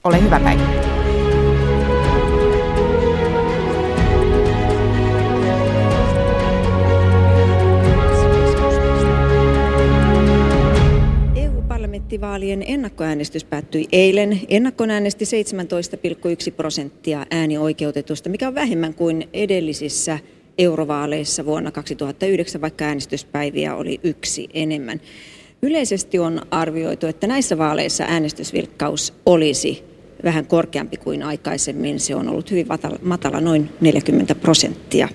Ole hyvä, Päivi. Vaalien ennakkoäänestys päättyi eilen. Ennakkoon äänesti 17,1% äänioikeutetusta, mikä on vähemmän kuin edellisissä eurovaaleissa vuonna 2009, vaikka äänestyspäiviä oli 1 enemmän. Yleisesti on arvioitu, että näissä vaaleissa äänestysvilkkaus olisi vähän korkeampi kuin aikaisemmin. Se on ollut hyvin matala, noin 40%.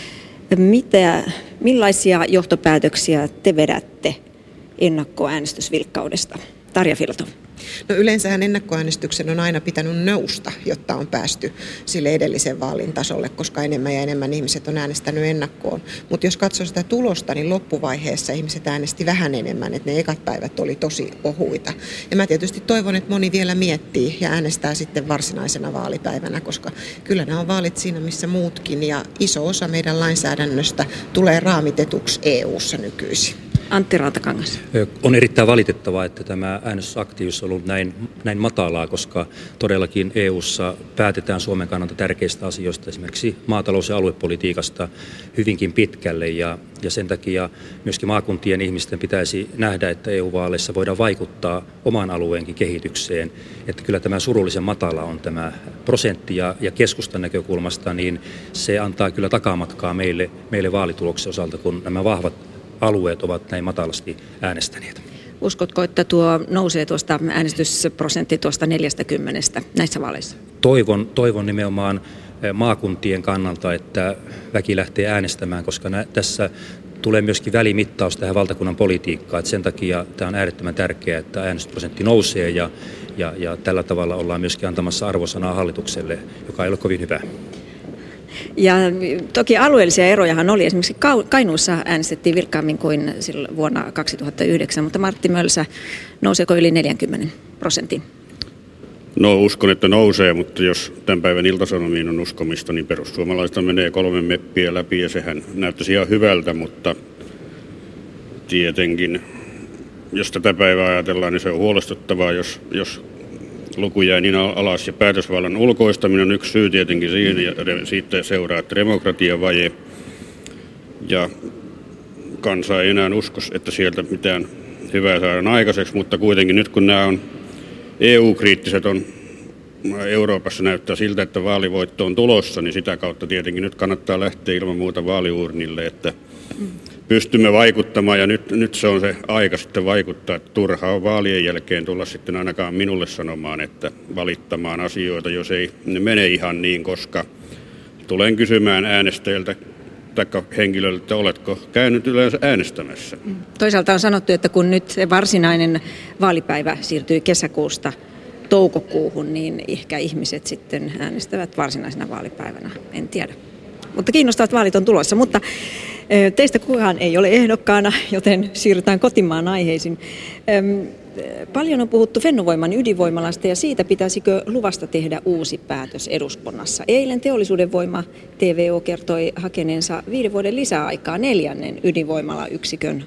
Millaisia johtopäätöksiä te vedätte ennakkoäänestysvilkkaudesta? Tarja Filatov. No yleensähän ennakkoäänestyksen on aina pitänyt nousta, jotta on päästy sille edellisen vaalin tasolle, koska enemmän ja enemmän ihmiset on äänestänyt ennakkoon. Mutta jos katsoo sitä tulosta, niin loppuvaiheessa ihmiset äänesti vähän enemmän, että ne ekat päivät oli tosi ohuita. Ja mä tietysti toivon, että moni vielä miettii ja äänestää sitten varsinaisena vaalipäivänä, koska kyllä nämä on vaalit siinä, missä muutkin. Ja iso osa meidän lainsäädännöstä tulee raamitetuksi EU:ssa nykyisin. Antti Rantakangas. On erittäin valitettavaa, että tämä äänestysaktiivisuus on ollut näin matalaa, koska todellakin EU:ssa päätetään Suomen kannalta tärkeistä asioista, esimerkiksi maatalous- ja aluepolitiikasta hyvinkin pitkälle. Ja sen takia myöskin maakuntien ihmisten pitäisi nähdä, että EU-vaaleissa voidaan vaikuttaa oman alueenkin kehitykseen. Että kyllä tämä surullisen matala on tämä prosentti ja keskustan näkökulmasta, niin se antaa kyllä takamatkaa meille vaalituloksen osalta, kun nämä vahvat alueet ovat näin matalasti äänestäneet. Uskotko, että nousee tuosta äänestysprosentti tuosta 40 näissä vaaleissa? Toivon nimenomaan maakuntien kannalta, että väki lähtee äänestämään, koska tässä tulee myöskin välimittaus tähän valtakunnan politiikkaan. Sen takia tämä on äärettömän tärkeää, että äänestysprosentti nousee ja tällä tavalla ollaan myöskin antamassa arvosanaa hallitukselle, joka ei ole kovin hyvä. Ja toki alueellisia erojahan oli. Esimerkiksi Kainuussa äänestettiin vilkkaammin kuin vuonna 2009, mutta Martti Mölsä, nouseeko yli 40%? No uskon, että nousee, mutta jos tämän päivän Ilta-Sanomiin on uskomista, niin perussuomalaista menee 3 meppiä läpi ja sehän näyttäisi ihan hyvältä, mutta tietenkin, jos tätä päivää ajatellaan, niin se on huolestuttavaa, jos luku jää niin alas ja päätösvallan ulkoistaminen on yksi syy tietenkin siihen ja siitä seuraa demokratiavaje ja kansa ei enää usko, että sieltä mitään hyvää saadaan aikaiseksi, mutta kuitenkin nyt kun nämä on EU-kriittiset on Euroopassa näyttää siltä, että vaalivoitto on tulossa, niin sitä kautta tietenkin nyt kannattaa lähteä ilman muuta vaaliuurnille, että pystymme vaikuttamaan ja nyt se on se aika sitten vaikuttaa, että turhaa on vaalien jälkeen tulla sitten ainakaan minulle sanomaan, että valittamaan asioita, jos ei ne mene ihan niin, koska tulen kysymään äänestäjiltä tai henkilöltä, että oletko käynyt yleensä äänestämässä. Toisaalta on sanottu, että kun nyt se varsinainen vaalipäivä siirtyy kesäkuusta toukokuuhun, niin ehkä ihmiset sitten äänestävät varsinaisena vaalipäivänä, en tiedä. Mutta kiinnostavat vaalit on tulossa, mutta teistä kukaan ei ole ehdokkaana, joten siirrytään kotimaan aiheisiin. Paljon on puhuttu Fennovoiman ydinvoimalasta ja siitä pitäisikö luvasta tehdä uusi päätös eduskunnassa. Eilen Teollisuuden voima TVO kertoi hakeneensa 5 vuoden lisäaikaa 4. ydinvoimalayksikön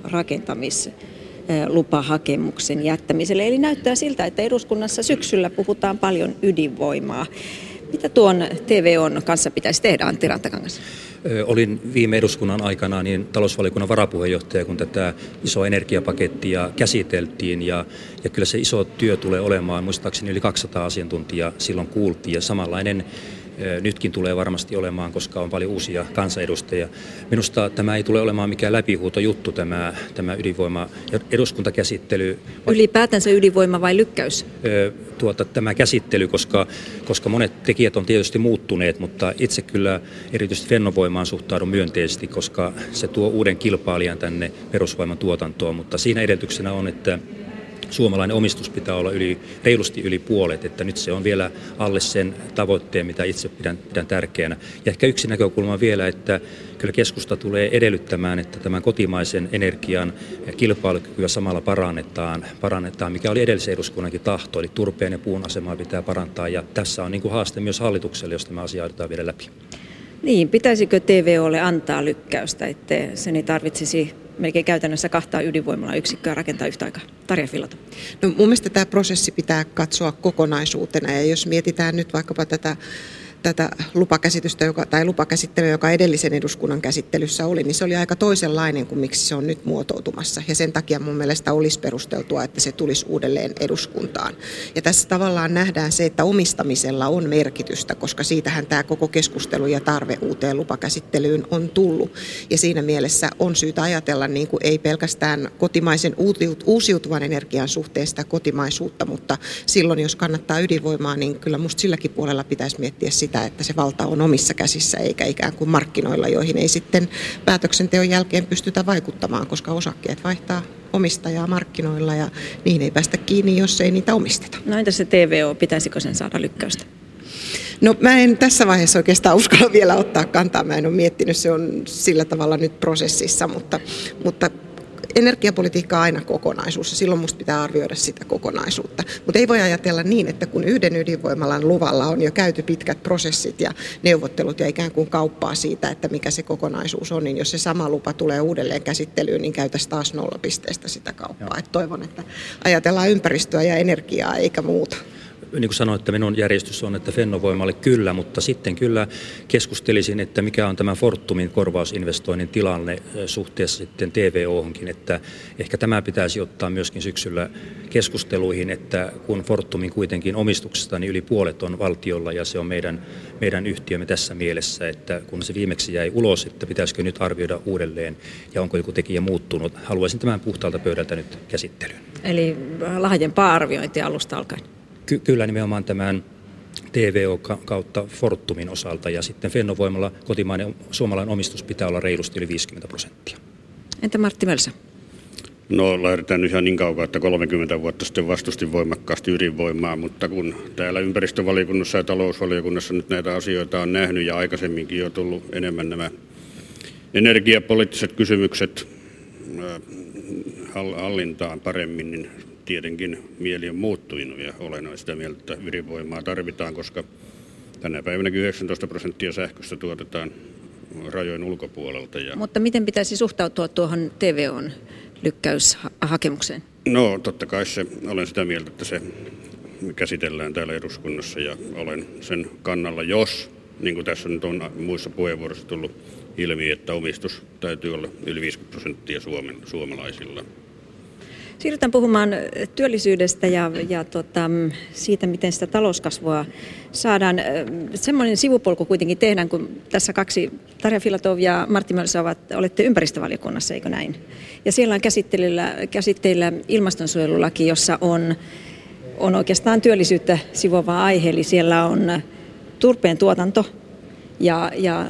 rakentamislupahakemuksen jättämiselle. Eli näyttää siltä, että eduskunnassa syksyllä puhutaan paljon ydinvoimaa. Mitä tuon TVOn kanssa pitäisi tehdä, Antti Rantakangas? Olin viime eduskunnan aikana talousvaliokunnan varapuheenjohtaja, kun tätä isoa energiapakettia käsiteltiin. Ja kyllä se iso työ tulee olemaan, muistaakseni yli 200 asiantuntijaa silloin kuultiin. Ja samanlainen nytkin tulee varmasti olemaan, koska on paljon uusia kansanedustajia. Minusta tämä ei tule olemaan mikään läpihuutojuttu, tämä ydinvoima eduskuntakäsittely. Ylipäätänsä ydinvoima vai lykkäys? Tämä käsittely, koska monet tekijät on tietysti muuttuneet, mutta itse kyllä erityisesti Fennovoimaan suhtaudun myönteisesti, koska se tuo uuden kilpailijan tänne perusvoiman tuotantoon, mutta siinä edellytyksenä on, että suomalainen omistus pitää olla reilusti yli puolet, että nyt se on vielä alle sen tavoitteen, mitä itse pidän tärkeänä. Ja ehkä yksi näkökulma vielä, että kyllä keskusta tulee edellyttämään, että tämän kotimaisen energian kilpailukykyä samalla parannetaan, mikä oli edellisen eduskunnankin tahto, eli turpeen ja puun asemaa pitää parantaa, ja tässä on niin kuin haaste myös hallitukselle, jos tämä asia aiotaan viedä läpi. Niin, pitäisikö TVOlle antaa lykkäystä, että sen ei tarvitsisi melkein käytännössä 2 ydinvoimalayksikköä rakentaa yhtä aikaa. Tarja Filatov. No, mun mielestä tämä prosessi pitää katsoa kokonaisuutena, ja jos mietitään nyt vaikkapa tätä lupakäsittelyä, joka edellisen eduskunnan käsittelyssä oli, niin se oli aika toisenlainen kuin miksi se on nyt muotoutumassa. Ja sen takia mun mielestä olisi perusteltua, että se tulisi uudelleen eduskuntaan. Ja tässä tavallaan nähdään se, että omistamisella on merkitystä, koska siitähän tämä koko keskustelu ja tarve uuteen lupakäsittelyyn on tullut. Ja siinä mielessä on syytä ajatella niin kuin ei pelkästään kotimaisen uusiutuvan energian suhteen sitä kotimaisuutta, mutta silloin jos kannattaa ydinvoimaa, niin kyllä musta silläkin puolella pitäisi miettiä sitä, että se valta on omissa käsissä eikä ikään kuin markkinoilla, joihin ei sitten päätöksenteon jälkeen pystytä vaikuttamaan, koska osakkeet vaihtaa omistajaa markkinoilla ja niihin ei päästä kiinni, jos ei niitä omisteta. No entäs se TVO, pitäisikö sen saada lykkäystä? No mä en tässä vaiheessa oikeastaan uskalla vielä ottaa kantaa, mä en ole miettinyt, se on sillä tavalla nyt prosessissa, mutta energiapolitiikka on aina kokonaisuus ja silloin musta pitää arvioida sitä kokonaisuutta. Mutta ei voi ajatella niin, että kun yhden ydinvoimalan luvalla on jo käyty pitkät prosessit ja neuvottelut ja ikään kuin kauppaa siitä, että mikä se kokonaisuus on, niin jos se sama lupa tulee uudelleen käsittelyyn, niin käytäisiin taas nollapisteestä sitä kauppaa. Et toivon, että ajatellaan ympäristöä ja energiaa eikä muuta. Niin kuin sanoin, että minun järjestys on, että Fennovoimalle kyllä, mutta sitten kyllä keskustelisin, että mikä on tämä Fortumin korvausinvestoinnin tilanne suhteessa sitten TVO:honkin, että ehkä tämä pitäisi ottaa myöskin syksyllä keskusteluihin, että kun Fortumin kuitenkin omistuksesta niin yli puolet on valtiolla ja se on meidän yhtiömme tässä mielessä, että kun se viimeksi jäi ulos, että pitäisikö nyt arvioida uudelleen ja onko joku tekijä muuttunut. Haluaisin tämän puhtaalta pöydältä nyt käsittelyyn. Eli laajempaa arviointia alusta alkaen. Kyllä nimenomaan tämän TVO kautta Fortumin osalta ja sitten Fennovoimalla kotimainen suomalainen omistus pitää olla reilusti yli 50%. Entä Martti Mölsä? No lähdetään ihan niin kauan, että 30 vuotta sitten vastustin voimakkaasti ydinvoimaa, mutta kun täällä ympäristövaliokunnassa ja talousvaliokunnassa nyt näitä asioita on nähnyt ja aikaisemminkin jo tullut enemmän nämä energiapoliittiset kysymykset hallintaan paremmin, niin tietenkin mieli on muuttunut ja olen sitä mieltä, että ydinvoimaa tarvitaan, koska tänä päivänäkin 19% sähköstä tuotetaan rajojen ulkopuolelta. Mutta miten pitäisi suhtautua tuohon TVO:n lykkäyshakemukseen? No totta kai olen sitä mieltä, että se käsitellään täällä eduskunnassa ja olen sen kannalla, jos, niin kuin tässä nyt on muissa puheenvuoroissa tullut ilmi, että omistus täytyy olla yli 50% suomalaisilla. Siirrytään puhumaan työllisyydestä ja siitä, miten sitä talouskasvua saadaan. Semmoinen sivupolku kuitenkin tehdään, kun tässä 2, Tarja Filatov ja Martti Mölsä olette ympäristövaliokunnassa, eikö näin? Ja siellä on käsitteillä ilmastonsuojelulaki, jossa on oikeastaan työllisyyttä sivuava aihe, eli siellä on turpeen tuotanto ja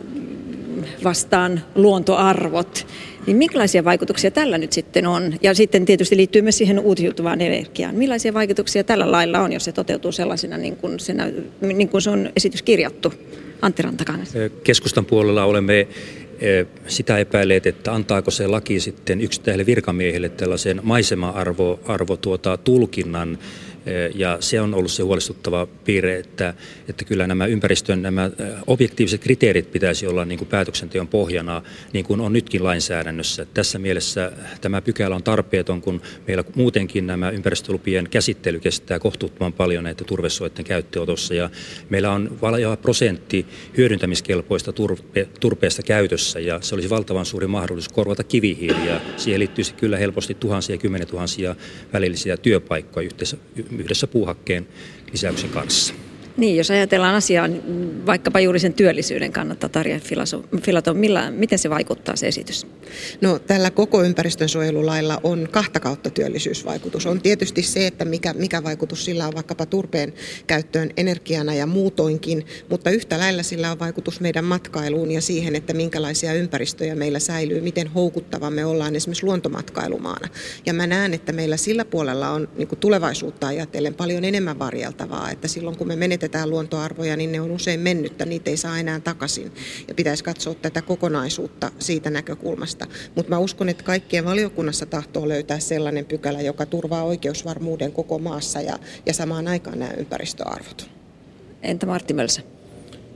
vastaan luontoarvot. Niin minkälaisia vaikutuksia tällä nyt sitten on? Ja sitten tietysti liittyy myös siihen uusiutuvaan energiaan. Millaisia vaikutuksia tällä lailla on, jos se toteutuu sellaisena, niin kuin se on esitys kirjattu? Antti Rantakangas. Keskustan puolella olemme sitä epäilleet, että antaako se laki sitten yksittäiselle virkamiehelle tällaisen maisema-arvo tulkinnan. Ja se on ollut se huolestuttava piirre, että kyllä nämä ympäristön objektiiviset kriteerit pitäisi olla niin kuin päätöksenteon pohjana, niin kuin on nytkin lainsäädännössä. Tässä mielessä tämä pykälä on tarpeeton, kun meillä muutenkin nämä ympäristölupien käsittely kestää kohtuuttoman paljon näiden turvesoiden käyttöönotossa. Ja meillä on vajaa prosentti hyödyntämiskelpoista turpeesta käytössä, ja se olisi valtavan suuri mahdollisuus korvata kivihiili, ja siihen liittyisi kyllä helposti tuhansia, 10 000 välillisiä työpaikkoja yhdessä puuhakkeen lisäyksen kanssa. Niin, jos ajatellaan asiaa vaikkapa juuri sen työllisyyden kannalta, Tarja Filatov, miten se vaikuttaa se esitys? No tällä koko ympäristönsuojelulailla on 2 kautta työllisyysvaikutus. On tietysti se, että mikä vaikutus sillä on vaikkapa turpeen käyttöön energiana ja muutoinkin, mutta yhtä lailla sillä on vaikutus meidän matkailuun ja siihen, että minkälaisia ympäristöjä meillä säilyy, miten houkuttava me ollaan esimerkiksi luontomatkailumaana. Ja mä näen, että meillä sillä puolella on niin kuin tulevaisuutta ajatellen paljon enemmän varjeltavaa, että silloin kun me menetetään luontoarvoja, niin ne on usein mennyttä, niitä ei saa enää takaisin. Ja pitäisi katsoa tätä kokonaisuutta siitä näkökulmasta. Mutta mä uskon, että kaikkien valiokunnassa tahtoo löytää sellainen pykälä, joka turvaa oikeusvarmuuden koko maassa ja samaan aikaan nämä ympäristöarvot. Entä Martti Mölsä?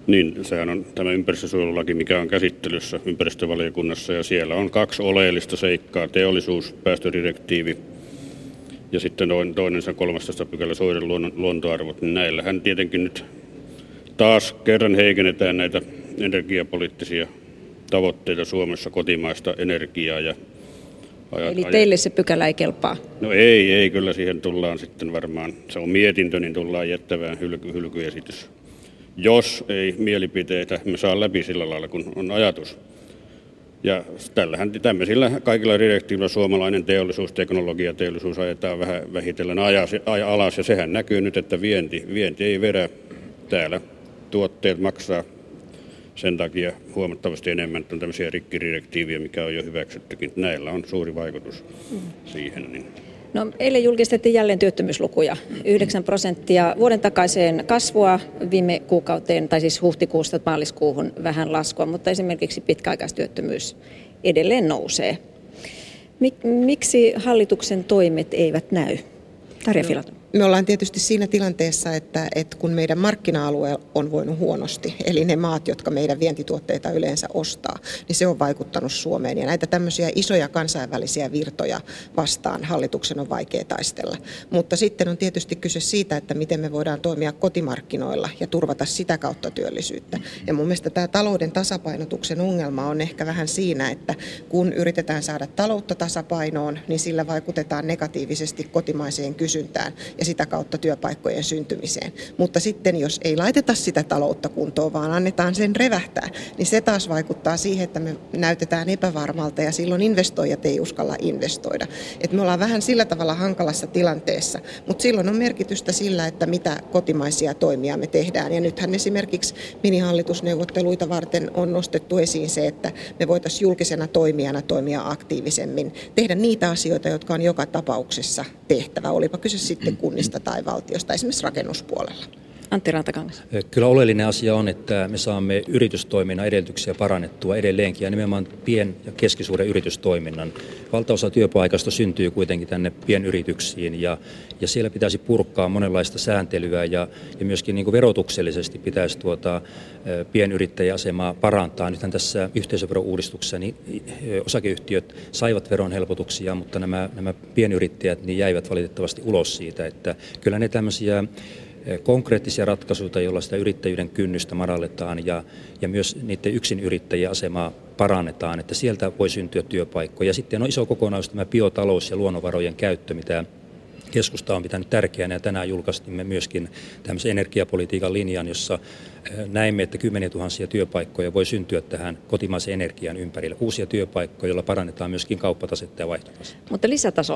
Niin, sehän on tämä ympäristösuojelulaki, mikä on käsittelyssä ympäristövaliokunnassa, ja siellä on 2 oleellista seikkaa, teollisuuspäästödirektiivi ja sitten toinen 13. pykälä suojelun luontoarvot. Niin näillähän tietenkin nyt taas kerran heikennetään näitä energiapoliittisia tavoitteita Suomessa, kotimaista energiaa. Eli teille se pykälä ei kelpaa? No ei, kyllä siihen tullaan sitten varmaan, se on mietintö, niin tullaan jättämään hylkyesitys. Jos ei mielipiteitä me saa läpi sillä lailla, kun on ajatus. Ja tämmöisillä kaikilla direktiivillä suomalainen teollisuus, teknologiateollisuus ajetaan vähän vähitellen alas, ja sehän näkyy nyt, että vienti ei vedä. Täällä tuotteet maksaa sen takia huomattavasti enemmän, että on tämmöisiä rikkidirektiiviä, mikä on jo hyväksyttykin. Näillä on suuri vaikutus siihen. Niin. No, eilen julkistettiin jälleen työttömyyslukuja. 9% vuoden takaiseen kasvua, viime kuukauteen, tai siis huhtikuusta maaliskuuhun vähän laskua, mutta esimerkiksi pitkäaikaistyöttömyys edelleen nousee. Miksi hallituksen toimet eivät näy? Tarja Filatov. Me ollaan tietysti siinä tilanteessa, että kun meidän markkina-alue on voinut huonosti, eli ne maat, jotka meidän vientituotteita yleensä ostaa, niin se on vaikuttanut Suomeen. Ja näitä tämmöisiä isoja kansainvälisiä virtoja vastaan hallituksen on vaikea taistella. Mutta sitten on tietysti kyse siitä, että miten me voidaan toimia kotimarkkinoilla ja turvata sitä kautta työllisyyttä. Ja mun mielestä tämä talouden tasapainotuksen ongelma on ehkä vähän siinä, että kun yritetään saada taloutta tasapainoon, niin sillä vaikutetaan negatiivisesti kotimaiseen kysyntään ja sitä kautta työpaikkojen syntymiseen. Mutta sitten jos ei laiteta sitä taloutta kuntoon, vaan annetaan sen revähtää, niin se taas vaikuttaa siihen, että me näytetään epävarmalta ja silloin investoijat ei uskalla investoida. Et me ollaan vähän sillä tavalla hankalassa tilanteessa, mutta silloin on merkitystä sillä, että mitä kotimaisia toimia me tehdään. Ja nythän esimerkiksi minihallitusneuvotteluita varten on nostettu esiin se, että me voitaisiin julkisena toimijana toimia aktiivisemmin, tehdä niitä asioita, jotka on joka tapauksessa tehtävä, olipa kyse sitten kunnista tai valtiosta, esimerkiksi rakennuspuolella. Antti Rantakangas. Kyllä oleellinen asia on, että me saamme yritystoiminnan edellytyksiä parannettua edelleenkin ja nimenomaan pien- ja keskisuuren yritystoiminnan. Valtaosa työpaikasta syntyy kuitenkin tänne pienyrityksiin ja siellä pitäisi purkaa monenlaista sääntelyä ja myöskin niin kuin verotuksellisesti pitäisi pienyrittäjän asemaa parantaa. Nythän tässä yhteisöverouudistuksessa niin osakeyhtiöt saivat veronhelpotuksia, mutta nämä pienyrittäjät niin jäivät valitettavasti ulos siitä, että kyllä ne tämmöisiä konkreettisia ratkaisuja, joilla sitä yrittäjyyden kynnystä madalletaan ja myös niiden yksinyrittäjien asemaa parannetaan, että sieltä voi syntyä työpaikkoja. Sitten on iso kokonaisuus tämä biotalous ja luonnonvarojen käyttö, mitä keskusta on pitänyt tärkeänä, ja tänään julkaistimme myöskin tämmöisen energiapolitiikan linjan, jossa näemme, että 10 000 työpaikkoja voi syntyä tähän kotimaisen energian ympärille. Uusia työpaikkoja, joilla parannetaan myöskin kauppatasetta ja vaihtotasetta. Mutta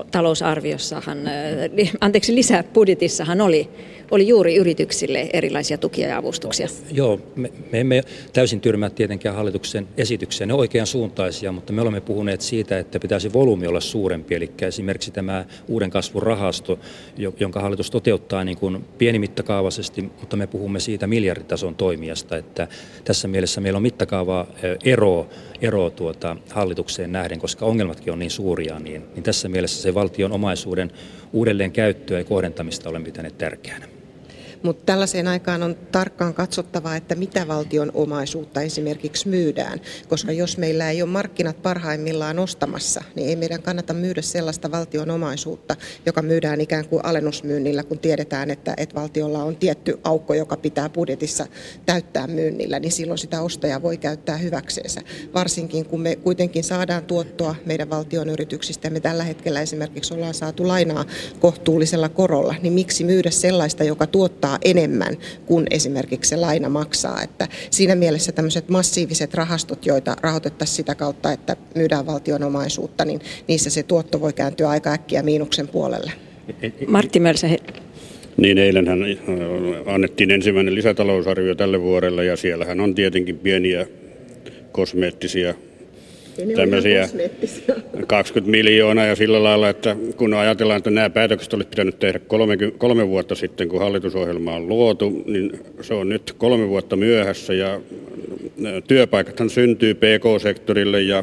lisäbudjetissahan oli juuri yrityksille erilaisia tukia ja avustuksia. Joo, me emme täysin tyrmää tietenkään hallituksen esityksiä. Ne ovat oikean suuntaisia, mutta me olemme puhuneet siitä, että pitäisi volyymi olla suurempi. Eli esimerkiksi tämä uuden kasvun rahasto, jonka hallitus toteuttaa niin kuin pienimittakaavaisesti, mutta me puhumme siitä miljarditason toimijasta, että tässä mielessä meillä on mittakaava ero hallitukseen nähden, koska ongelmatkin on niin suuria, niin tässä mielessä se valtion omaisuuden uudelleen käyttöä ja kohdentamista olen pitänyt tärkeänä. Mutta tällaiseen aikaan on tarkkaan katsottava, että mitä valtion omaisuutta esimerkiksi myydään, koska jos meillä ei ole markkinat parhaimmillaan ostamassa, niin ei meidän kannata myydä sellaista valtion omaisuutta, joka myydään ikään kuin alennusmyynnillä, kun tiedetään, että valtiolla on tietty aukko, joka pitää budjetissa täyttää myynnillä, niin silloin sitä ostaja voi käyttää hyväksensä. Varsinkin kun me kuitenkin saadaan tuottoa meidän valtion yrityksistä, ja me tällä hetkellä esimerkiksi ollaan saatu lainaa kohtuullisella korolla, niin miksi myydä sellaista, joka tuottaa enemmän kuin esimerkiksi se laina maksaa. Että siinä mielessä tämmöiset massiiviset rahastot, joita rahoitettaisiin sitä kautta, että myydään valtion omaisuutta, niin niissä se tuotto voi kääntyä aika äkkiä miinuksen puolelle. Martti Mölsä. Niin, eilenhän annettiin ensimmäinen lisätalousarvio tälle vuodelle, ja siellähän on tietenkin pieniä kosmeettisia tämmöisiä 20 miljoonaa ja sillä lailla, että kun ajatellaan, että nämä päätökset olisi pitänyt tehdä 3 vuotta sitten, kun hallitusohjelma on luotu, niin se on nyt 3 vuotta myöhässä ja työpaikathan syntyy PK-sektorille ja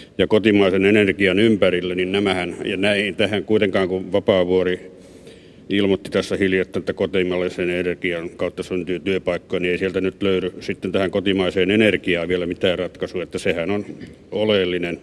kotimaisen energian ympärille, niin nämähän, ja näihin tähän kuitenkaan kun Vapaavuori ilmoitti tässä hiljattain, että kotimaisen energian kautta syntyy työpaikkoja, niin ei sieltä nyt löydy sitten tähän kotimaiseen energiaan vielä mitään ratkaisua, että sehän on oleellinen.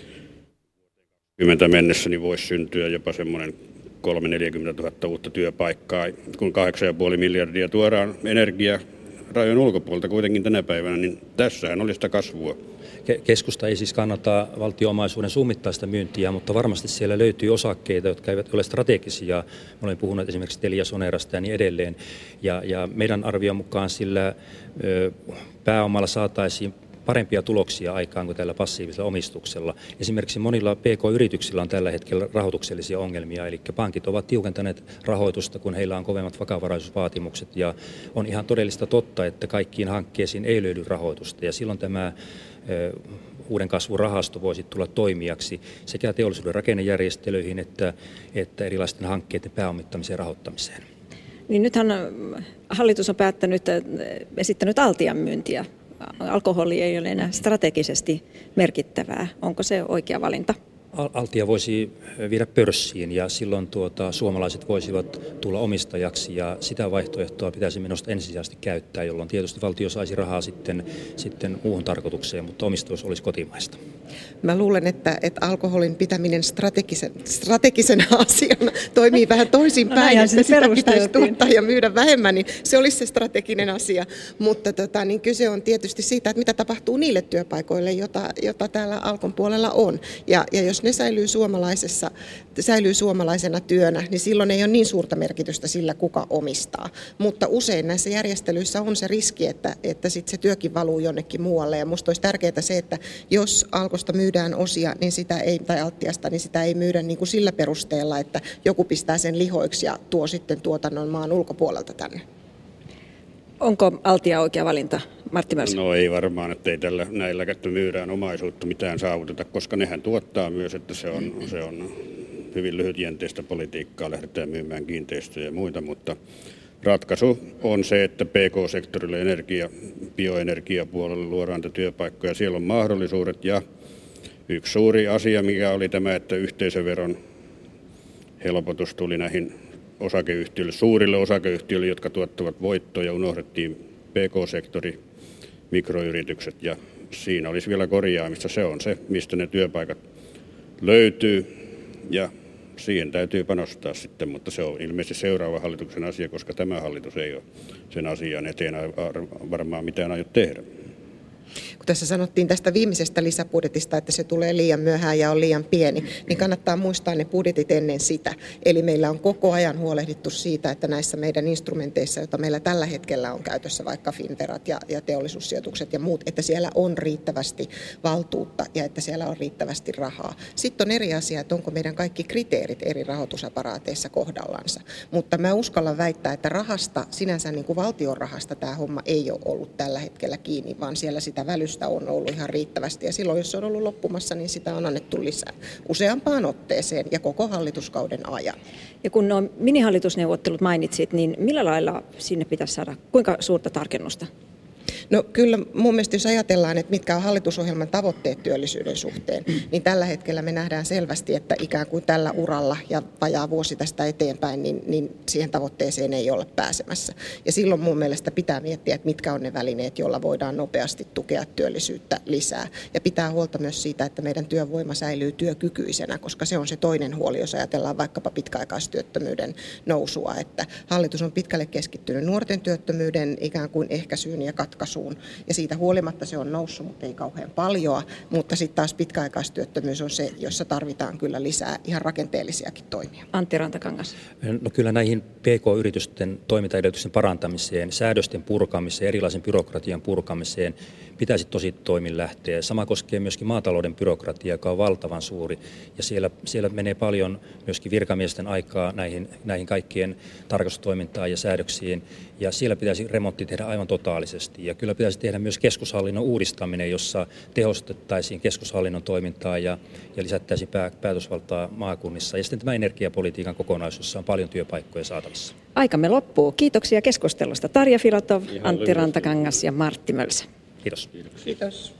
20 mennessä niin voisi syntyä jopa semmoinen 30 000 uutta työpaikkaa, kun 8,5 miljardia tuodaan energiaa rajojen ulkopuolelta kuitenkin tänä päivänä, niin tässähän oli sitä kasvua. Keskusta ei siis kannata valtio-omaisuuden summittaista myyntiä, mutta varmasti siellä löytyy osakkeita, jotka eivät ole strategisia. Me olemme puhuneet esimerkiksi Teliasonerasta ja niin edelleen. Ja meidän arvion mukaan sillä pääomalla saataisiin parempia tuloksia aikaan kuin tällä passiivisella omistuksella. Esimerkiksi monilla PK-yrityksillä on tällä hetkellä rahoituksellisia ongelmia, eli pankit ovat tiukentaneet rahoitusta, kun heillä on kovemmat vakavaraisuusvaatimukset, ja on ihan todellista totta, että kaikkiin hankkeisiin ei löydy rahoitusta, ja silloin tämä uuden kasvun rahasto voisi tulla toimijaksi sekä teollisuuden rakennejärjestelyihin että erilaisten hankkeiden pääomittamiseen ja rahoittamiseen. Niin nythän hallitus on esittänyt Altian myyntiä. Alkoholi ei ole enää strategisesti merkittävää. Onko se oikea valinta? Altia voisi viedä pörssiin ja silloin suomalaiset voisivat tulla omistajaksi, ja sitä vaihtoehtoa pitäisi minusta ensisijaisesti käyttää, jolloin tietysti valtio saisi rahaa sitten muuhun tarkoitukseen, mutta omistus olisi kotimaista. Mä luulen, että alkoholin pitäminen strategisena asiana toimii vähän toisinpäin, että sitä pitäisi tuottaa ja myydä vähemmän, niin se olisi se strateginen asia. Mutta niin kyse on tietysti siitä, että mitä tapahtuu niille työpaikoille, jota täällä Alkon puolella on. Ja jos ne säilyy suomalaisena työnä, niin silloin ei ole niin suurta merkitystä sillä, kuka omistaa. Mutta usein näissä järjestelyissä on se riski, että sit se työkin valuu jonnekin muualle. Ja musta olisi tärkeää se, että jos Alkosta myydään osia, niin tai Altiasta, niin sitä ei myydä niin kuin sillä perusteella, että joku pistää sen lihoiksi ja tuo sitten tuotannon maan ulkopuolelta tänne. Onko Altia oikea valinta, Martti Mölsä? No ei varmaan, että ei näillä myydään omaisuutta mitään saavuteta, koska nehän tuottaa myös, että se on hyvin lyhytjänteistä politiikkaa, lähdetään myymään kiinteistöjä ja muita, mutta ratkaisu on se, että PK-sektorille bioenergiapuolelle luodaan työpaikkoja, siellä on mahdollisuudet, ja yksi suuri asia, mikä oli tämä, että yhteisöveron helpotus tuli näihin osakeyhtiöille, suurille osakeyhtiöille, jotka tuottavat voittoja, unohdettiin PK-sektori, mikroyritykset, ja siinä olisi vielä korjaamista. Se on se, mistä ne työpaikat löytyy, ja siihen täytyy panostaa sitten, mutta se on ilmeisesti seuraava hallituksen asia, koska tämä hallitus ei ole sen asian eteen varmaan mitään aio tehdä. Kun tässä sanottiin tästä viimeisestä lisäbudjetista, että se tulee liian myöhään ja on liian pieni, niin kannattaa muistaa ne budjetit ennen sitä. Eli meillä on koko ajan huolehdittu siitä, että näissä meidän instrumenteissa, joita meillä tällä hetkellä on käytössä, vaikka Finterat ja teollisuussijoitukset ja muut, että siellä on riittävästi valtuutta ja että siellä on riittävästi rahaa. Sitten on eri asia, että onko meidän kaikki kriteerit eri rahoitusaparaateissa kohdallansa. Mutta mä uskallan väittää, että rahasta, sinänsä niin kuin valtion rahasta tämä homma ei ole ollut tällä hetkellä kiinni, vaan siellä sitä välystä on ollut ihan riittävästi, ja silloin jos se on ollut loppumassa, niin sitä on annettu lisää useampaan otteeseen ja koko hallituskauden ajan. Ja kun nuo minihallitusneuvottelut mainitsit, niin millä lailla sinne pitäisi saada, kuinka suurta tarkennusta? No kyllä mun mielestä, jos ajatellaan, että mitkä on hallitusohjelman tavoitteet työllisyyden suhteen, niin tällä hetkellä me nähdään selvästi, että ikään kuin tällä uralla ja vajaa vuosi tästä eteenpäin, niin siihen tavoitteeseen ei olla pääsemässä. Ja silloin mun mielestä pitää miettiä, että mitkä on ne välineet, joilla voidaan nopeasti tukea työllisyyttä lisää. Ja pitää huolta myös siitä, että meidän työvoima säilyy työkykyisenä, koska se on se toinen huoli, jos ajatellaan vaikkapa pitkäaikaistyöttömyyden nousua, että hallitus on pitkälle keskittynyt nuorten työttömyyden ikään kuin ehkäisyyn ja katkaisuun. Ja siitä huolimatta se on noussut, mutta ei kauhean paljoa. Mutta sitten taas pitkäaikaistyöttömyys on se, jossa tarvitaan kyllä lisää ihan rakenteellisiakin toimia. Antti Rantakangas. No kyllä näihin PK-yritysten toimintaedellytysten parantamiseen, säädösten purkamiseen, erilaisen byrokratian purkamiseen pitäisi tosi toimin lähteä. Sama koskee myöskin maatalouden byrokratiaa, joka on valtavan suuri. Ja siellä menee paljon myöskin virkamiesten aikaa näihin kaikkien tarkastustoimintaan ja säädöksiin. Ja siellä pitäisi remontti tehdä aivan totaalisesti. Ja kyllä pitäisi tehdä myös keskushallinnon uudistaminen, jossa tehostettaisiin keskushallinnon toimintaa ja lisättäisiin päätösvaltaa maakunnissa. Ja sitten tämä energiapolitiikan kokonaisuus, jossa on paljon työpaikkoja saatavissa. Aikamme loppuu. Kiitoksia keskustelusta. Tarja Filotov, Antti Rantakangas ja Martti Mölsä. Kiitos. Kiitos.